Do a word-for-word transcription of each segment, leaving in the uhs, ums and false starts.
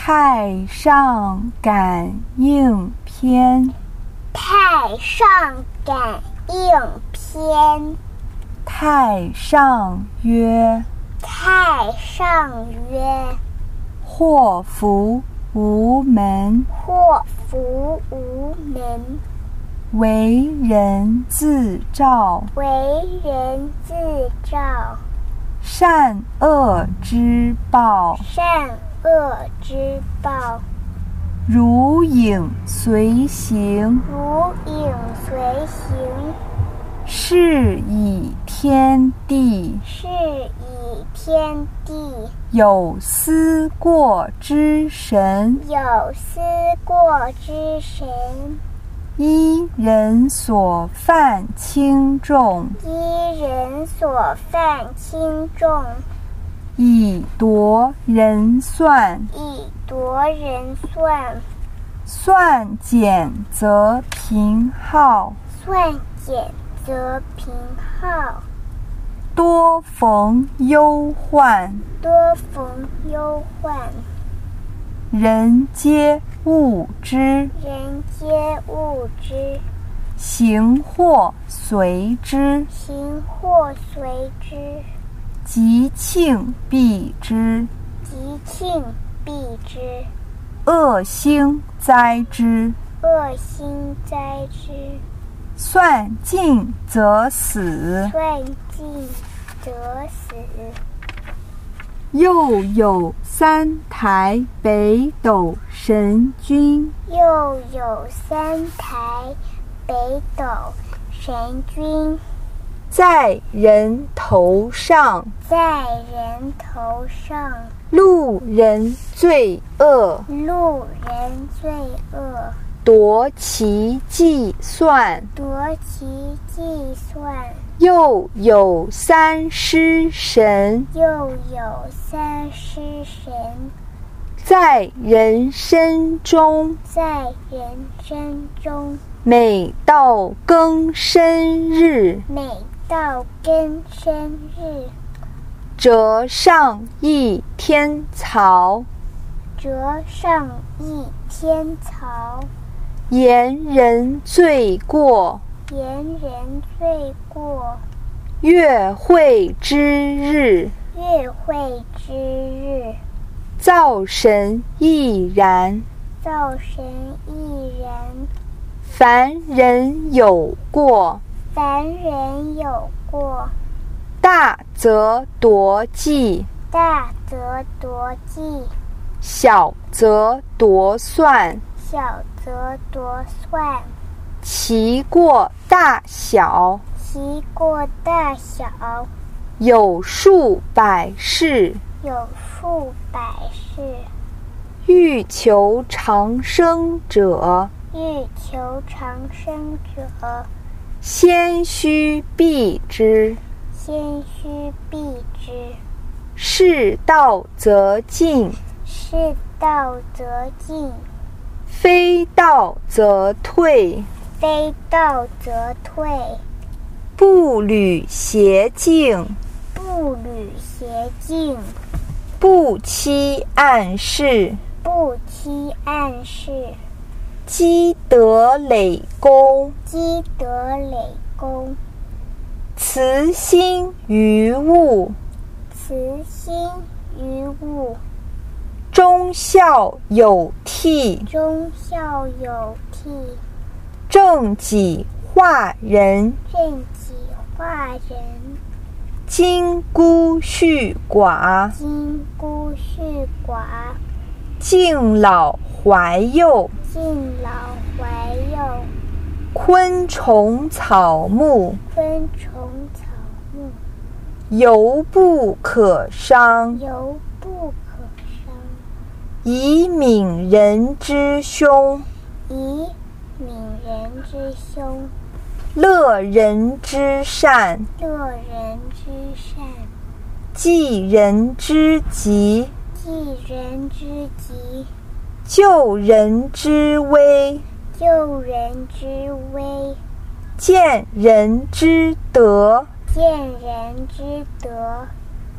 太上感应篇， 太上感应篇。 太上曰： 太上曰： 祸福无门， 祸福无门， 为人自照， 为人自照。 善恶之报， 善恶之报， 如影随形， 如影随形。 是以天地， 是以天地。 有思过之神， 有思过之神。 依人所犯轻重， 依人所犯轻重。 以夺人算， 以夺人算。 算减则平浩， 算减则平浩。 多逢忧患， 多逢忧患。 人皆恶之， 人皆恶之。 行祸随之， 行祸随之。 吉庆避之， 吉庆避之。 恶星灾之， 恶星灾之。 算尽则死， 算尽则死。 又有三台北斗神君， 又有三台北斗神君， 在人头上， 在人头上。 路人罪恶， 路人罪恶， 夺其计算。 夺其计算。 又有三尸神， 又有三尸神， 在人身中， 在人身中。 每到庚申日， 每到庚申日， 折上一天曹， 折上一天曹。 言人罪过， 言人罪过。 月会之日， 月会之日， 灶神亦然。 灶神亦然。 凡人有过， 凡人有过， 大则夺计， 大则夺计， 小则夺算。 小则夺算。 其过大小， 其过大小， 有数百世。 有数百世。 欲求长生者， 欲求长生者， 先须避之。 先须避之。 是道则进， 是道则进， 非道则退。 非道则退。 不履邪径， 不履邪径， 不欺暗室。 不欺暗室。 积德累功， 积德累功， 慈心于物， 慈心于物， 忠孝有替。 忠孝有替， 正己化人， 正己化人， 金孤恤寡， 金孤恤寡， 敬老怀幼。 敬老怀幼， 昆虫草木， 昆虫草木， 犹不可伤， 犹不可伤。 以悯人之凶， 以悯人之凶， 乐人之善， 乐人之善， 济人之急， 济人之急， 救人之危， 救人之危， 见人之德， 见人之德，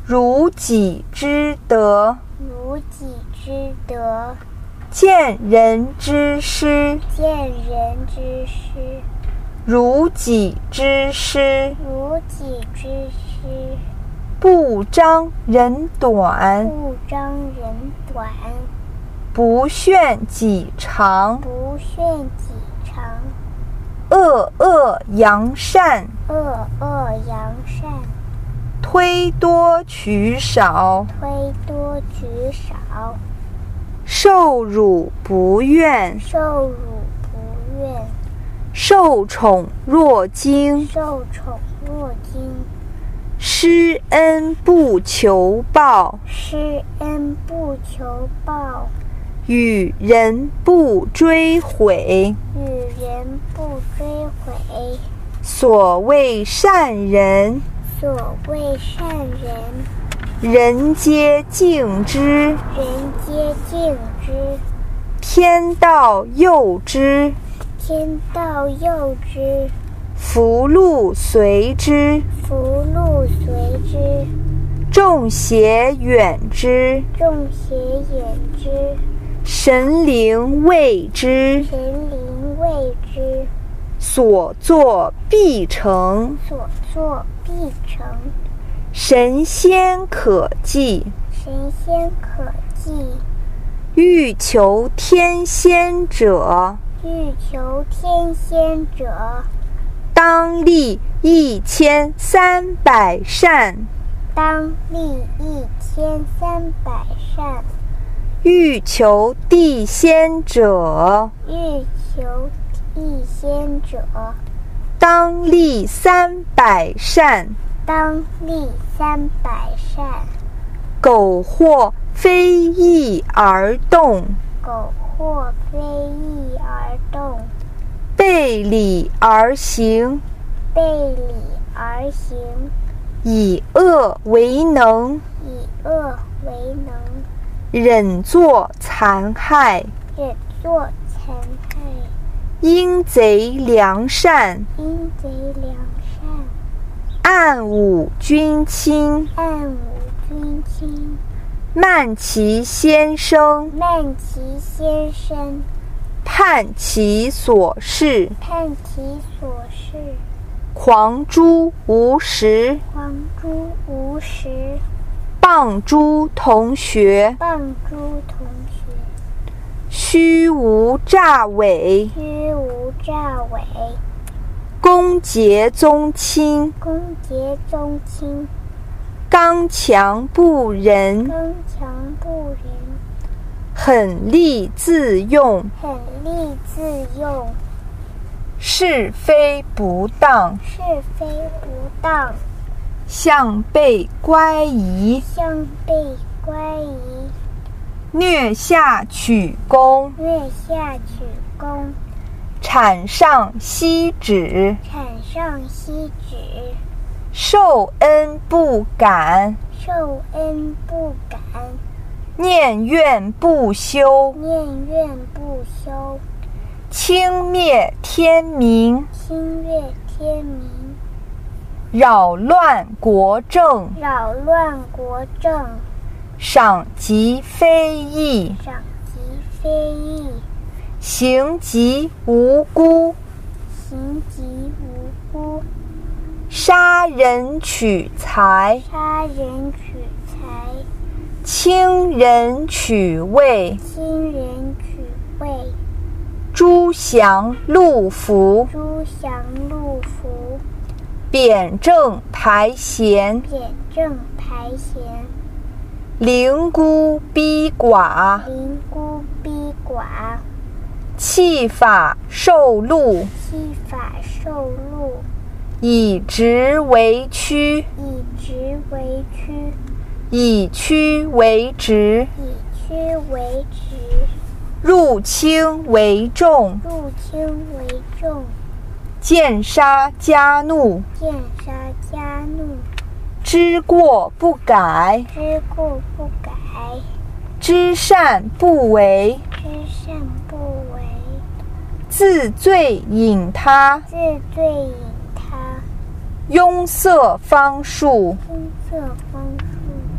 如己之德， 如己之德； 见人之师， 见人之师， 如己之师。 如己之师。 不彰人短， 不彰人短； 不炫己长， 不炫己长。 恶恶扬善， 恶恶扬善； 推多取少， 推多取少； 受辱不怨， 受辱不怨； 受宠若惊， 受宠若惊； 施恩不求报， 施恩不求报； 与人不追悔。 与人不追悔。 所谓善人， 所谓善人， 人皆敬之， 人皆敬之； 天道佑之， 天道佑之； 福禄随之， 福禄随之； 众邪远之， 众邪远之； 神灵畏之。 神灵畏之。 所作必成， 所作必成。 神仙可祭， 神仙可祭。 欲求天仙者， 欲求天仙者， 当立一千三百善。 当立一千三百善。 欲求地仙者， 欲求地仙者， 当立三百善。 当立三百善。 苟或非义而动， 苟或非义而动， 背礼而行， 背礼而行， 以恶为能， 以恶为能， 忍作残害， 忍作残害， 阴贼良善， 阴贼良善， 暗侮君亲， 暗侮君亲， 慢其先生， 慢其先生， 叛其所事， 叛其所事， 狂诸无实， 狂诸无实， 谤诸同学， 谤诸同学， 虚无诈伪， 虚无诈伪， 攻讦宗亲， 攻讦宗亲， 刚强不仁， 刚强不仁， 狠戾自用， 狠戾自用， 是非不当， 是非不当， 向背乖夷， 向背乖夷， 虐下取功， 虐下取功， 产上息止， 产上息止， 受恩不感， 受恩不感， 念怨不休， 念怨不休， 轻蔑天明， 侵略天明， 扰乱国政， 扰乱国政， 赏及非义， 赏及非义， 刑及无辜， 刑及无辜， 杀人取财， 杀人取财， 轻人取位， 亲人取位， 诛降戮服， 诛降戮服， 贬正排贤， 贬正排贤， 凌孤逼寡， 凌孤逼寡， 弃法受禄， 欺法受禄， 以直为曲， 以直为曲， 以曲为直， 以曲为直， 入轻为重， 入轻为重， 见杀加怒， 见杀加怒， 知过不改， 知过不改， 知善不为， 知善不为， 自罪引他， 自罪引他， 壅塞方术， 壅塞方术，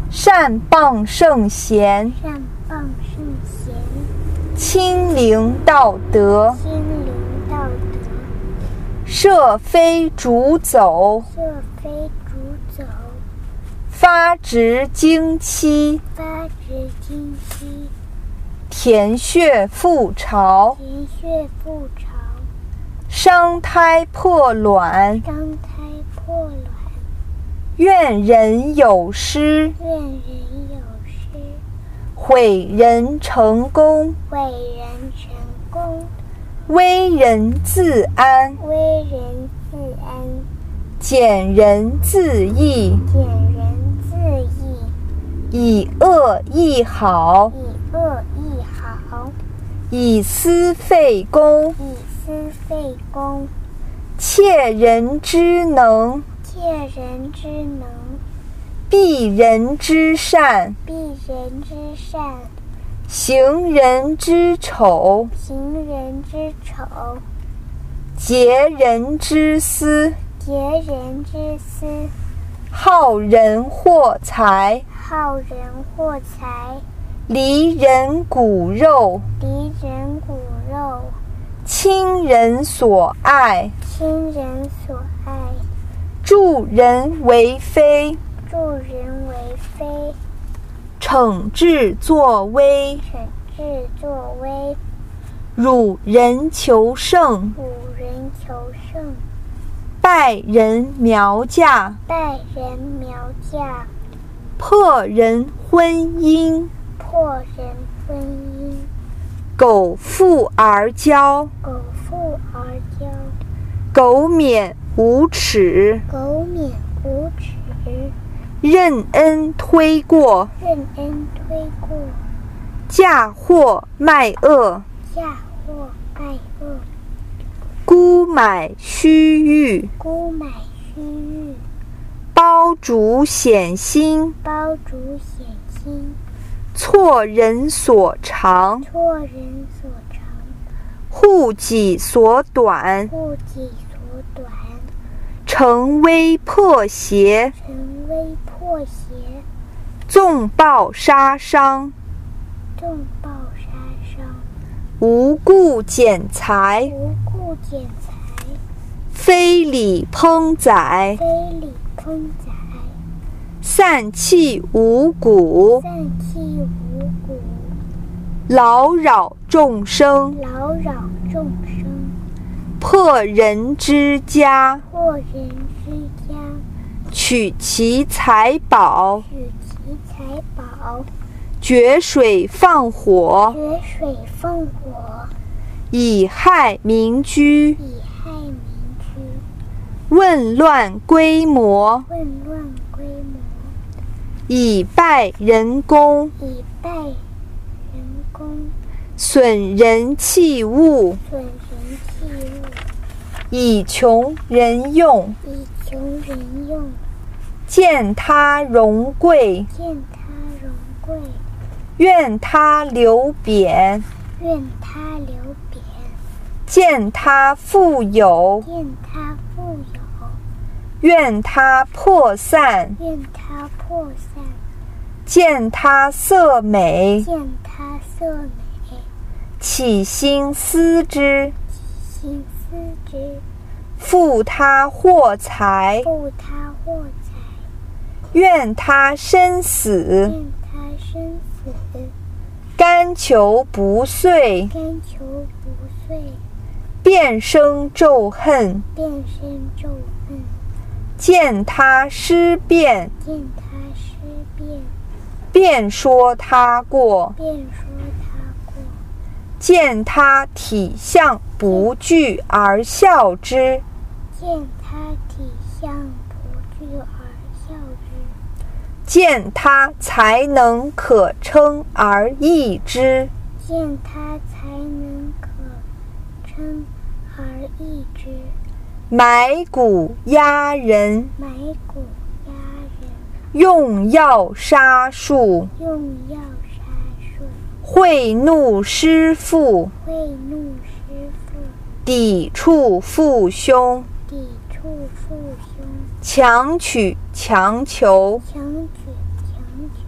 善谤圣贤， 善谤圣贤， 亲临道德， 亲临道德， 设非逐走， 设非逐走， 发直经期， 发直经期， 填血覆巢， 填血覆巢， 伤胎破卵， 伤胎破卵， 愿人有失， 愿人有失， 毁人成功， 毁人成功， 危人自安， 危人自安， 减人自益， 减人自益， 以恶易好， 以恶易好， 以私废公， 以私废公， 窃人之能， 窃人之能， 避人之善， 避人之善， 行人之丑， 行人之丑， 劫人之私， 劫人之私， 好人获财， 好人获财， 离人骨肉， 离人骨肉， 亲人所爱， 亲人所爱， 助人为非， 助人为非， 惩治作威， 惩治作威， 辱人求胜， 辱人求胜， 败人苗嫁， 败人苗嫁， 破人婚姻， 破人婚姻， 苟富而骄， 苟富而骄， 苟免无耻， 苟免无耻， 任恩推过， 任恩推过， 嫁祸卖恶， 嫁祸卖恶， 沽买虚誉， 沽买虚誉， 包竹显心， 包竹显心， 错人所长， 错人所长， 护己所短， 护己所短， 成危破邪， 成危破邪， 纵暴杀伤， 纵暴杀伤， 无故剪裁， 无故剪裁， 非礼烹宰， 非礼烹宰， 散气五谷， 散气五谷， 劳扰众生， 劳扰众生， 破人之家， 破人之家， 取其财宝， 取其财宝， 决水放火， 决水放火， 以害民居， 以害民居， 问乱规模， 混乱规模， 以败人功， 以败人功， 损人器物， 损人器物， 以穷人用， 以穷人用， 见他荣贵， 见他荣贵， 愿他流贬， 愿他流贬， 见他富有， 见他富有， 愿他破散， 愿他破散， 见他色美， 见他色美， 起心思之， 起心思之， 负他获财， 负他获财， 愿他生死， 愿他生死， 甘求不遂， 甘求不遂， 变生咒恨， 变生咒恨， 见他失变， 见他失变， 便说他过， 便说他过， 见他体相不惧而笑之， 见他体相不惧而笑之， 见他才能可称而易之， 见他才能可称而易之， 埋骨压人， 埋骨压人， 用药杀树， 用药杀树， 贿赂师父， 贿赂师父， 抵触父兄， 抵触父兄， 强取强求， 强取强求，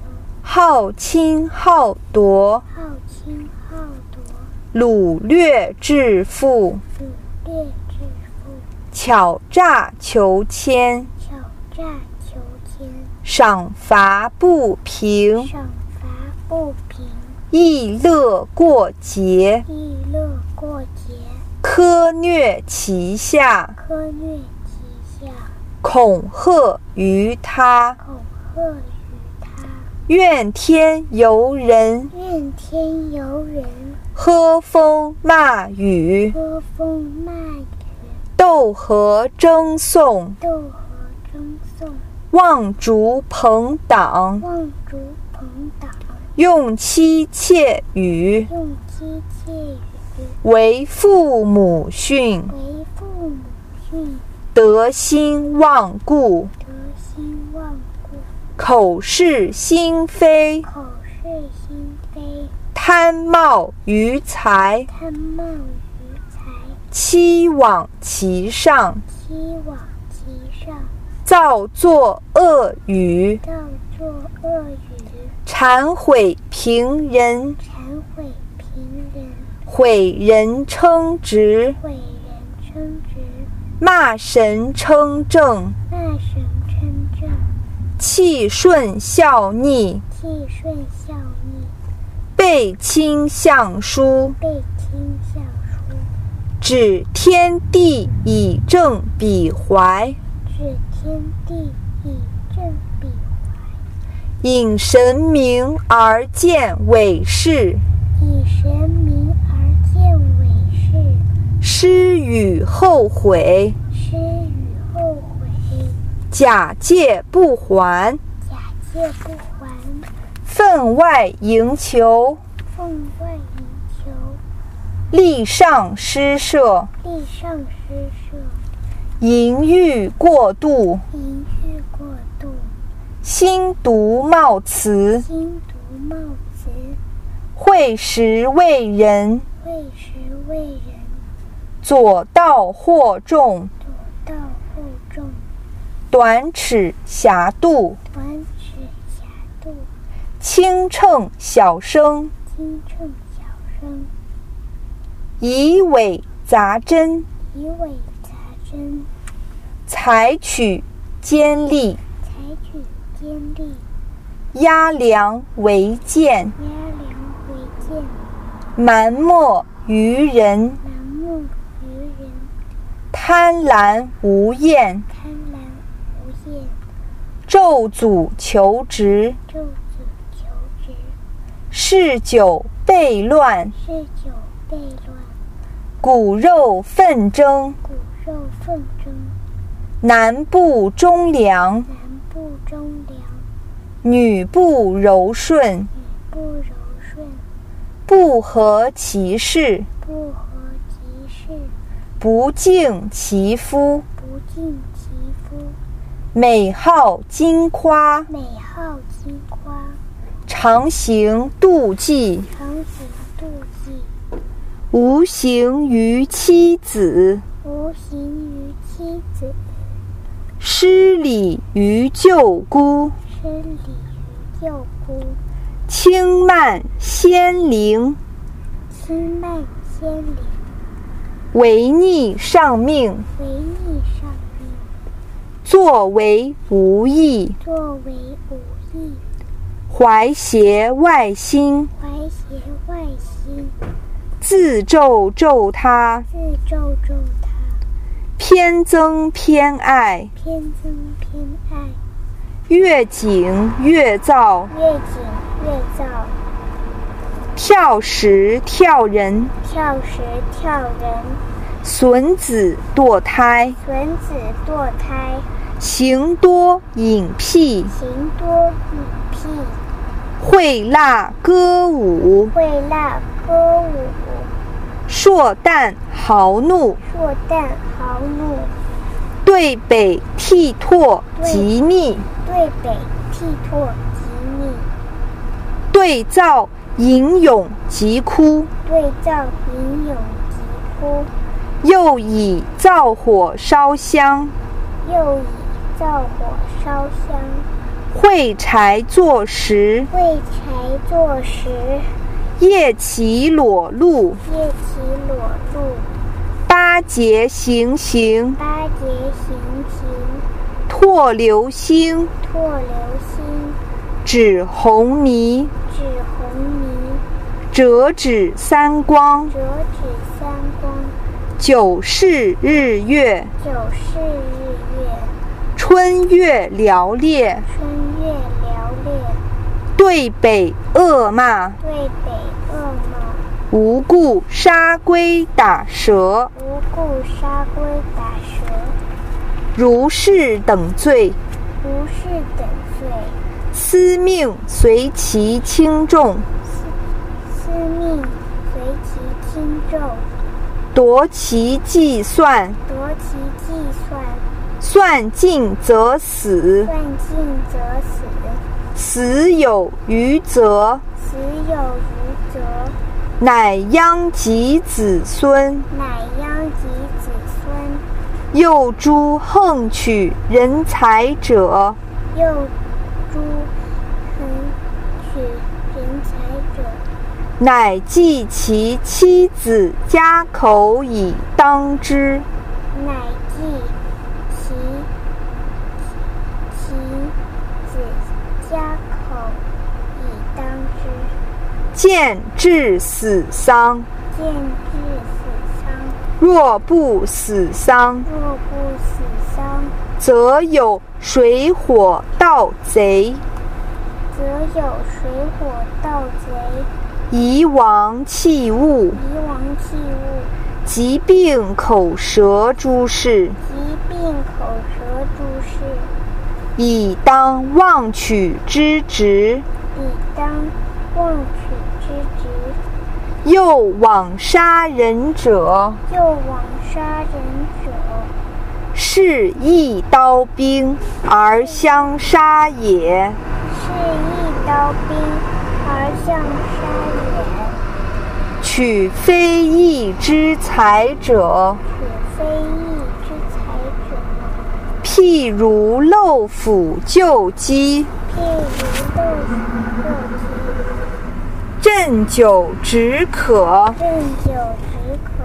好侵好夺， 好侵好夺， 掳掠致富， 掳掠致富， 巧诈求迁， 巧诈求迁， 赏罚不平， 赏罚不平， 逸乐过节， 逸乐过节， 苛虐其下， 苛虐其下， 恐吓于他， 恐吓于他， 怨天尤人， 怨天尤人， 喝风骂雨， 喝风骂雨， 斗河争讼， 斗河争讼， 望逐朋党， 望逐朋党， 用妻妾语， 用妻妾语， 为父母训， 为父母训， 得心忘顾， 得心忘顾， 口是心非， 口是心非， 贪冒于财， 贪冒于财， 欺罔其上， 欺罔其上， 造作恶语， 造作恶语， 谄毁平人， 谄毁平人， 毁人称职， 毁人称职， 骂神称正， 骂神称正， 气顺效逆， 气顺效逆， 背亲相疏， 背亲相疏， 指天地以正彼怀， 指天地以正彼怀， 引神明而见伪事， 以神明而见伪事， 施与后悔， 施与后悔， 假借不还， 假借不还， 分外营求， 分外营求， 力上施舍， 力上施舍， 淫欲过度， 淫欲过度， 心毒冒辞， 心毒冒辞， 会食为人， 会食为人， 左道惑众， 左道惑众， 短尺狭度， 短尺狭度， 轻秤小生， 轻秤小生， 以伪杂真， 以伪杂真， 采取尖利， 采取尖利， 压梁为剑， 压梁为剑， 蛮没于人， 蛮目于人， 贪婪无厌， 贪婪无厌， 咒诅求职， 咒诅求职， 嗜酒悖乱， 嗜酒悖乱， 骨肉纷争， 骨肉纷争， 男不忠良， 男不忠良， 女不柔顺， 女不柔顺， 不合其事， 不合其事， 不敬其夫， 不敬其夫， 美好矜夸， 美好矜夸， 常行妒忌， 常行妒忌， 无形于妻子， 无形于妻子， 失礼于舅姑， 失礼于舅姑， 轻慢先灵， 轻慢先灵， 违逆上命， 违逆上命， 作为无益， 作为无益， 怀邪外心， 怀邪外心， 自咒咒他， 自咒咒他， 偏憎偏爱， 偏憎偏爱， 越警越躁， 越警越躁， 跳石跳人， 跳石跳人， 损子堕胎， 损子堕胎， 行多隐僻， 行多隐僻， 会蜡歌舞， 会蜡歌舞， 硕旦豪怒， 硕旦豪怒， 对北剃拓极密， 对北剃拓极密， 对灶吟咏疾哭， 对灶吟咏疾哭， 又以灶火烧香， 又以灶火烧香， 会柴作石， 会柴作石。 夜骑裸鹿， 夜骑裸鹿。 八节行行， 八节行行。 唾流星， 唾流星。 指红泥， 指红泥。 折指三光， 折指三光。 九世日月， 九世日月。 春月寥烈， 春月寥烈。 对北恶骂， 对北恶骂。 无故杀龟打蛇， 无故杀龟打蛇。 如是等罪， 如是等罪。 司命随其轻重， 司命随其轻重。 夺其计算， 夺其计算。 算尽则死， 算尽则死。 死有余则， 死有余则。 乃殃及子孙， 乃殃及子孙。 又诸横取人财者， 又诸横取人财者， 乃计其妻子家口以当之。 乃计其其子家口以当之。 见至死丧， 见至死丧。 若不死丧， 若不死丧， 则有水火盗贼， 则有水火盗贼， 夷王器物， 夷王器物， 疾病口舌诸事， 疾病口舌诸事， 以当妄取之职， 以当妄取之职。 又往杀人者， 又往杀人者， 是一刀兵而相杀也。 是一刀兵而相杀也。 取非义之财者， 取非义之财者， 譬如漏斧救鸡， 譬如豆腐肉鸡。 鸩酒止渴， 鸩酒止渴，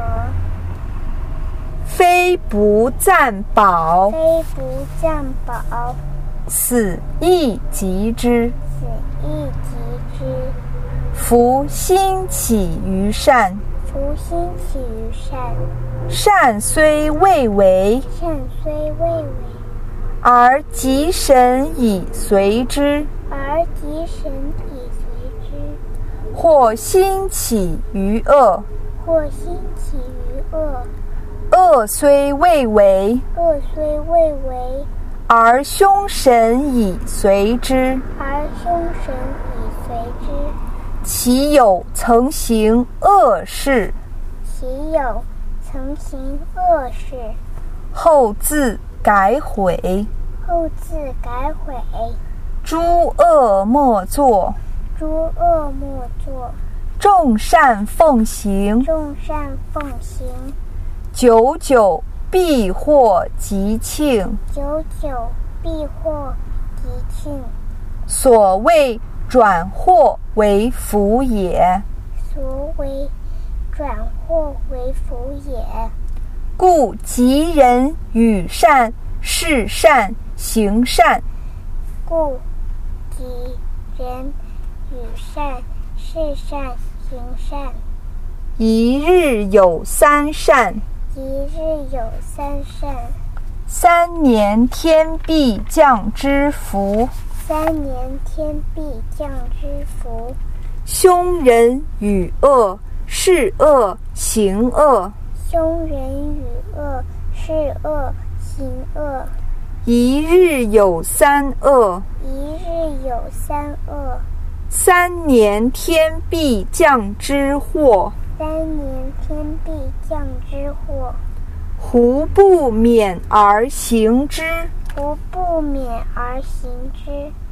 非不暂饱， 非不暂饱， 死亦及之。 死亦及之。 夫心起于善， 夫心起于善， 善虽未为， 善虽未为， 而吉神以随之。 而吉神以随之。 或心起于恶， 或心起于恶， 恶虽未为， 恶虽未为， 而凶神以随之。 而凶神以随之。 其有曾行恶事， 其有曾行恶事， 后自改悔， 后自改悔， 诸恶莫作， 诸恶莫作， 众善奉行， 众善奉行， 久久必获吉庆。 久久必获吉庆。 所谓转祸为福也， 所谓转祸为福也。 故吉人与善，事善，行善。 故吉人与善，事善，行善。 一日有三善， 一日有三善， 三年天必降之福。 三年天必降之福。 凶人与恶，事恶，行恶。 凶人与恶，事恶，行恶。 一日有三恶， 一日有三恶， 三年天必降之祸。 三年天必降之祸。 胡不免而行之？ 胡不免而行之？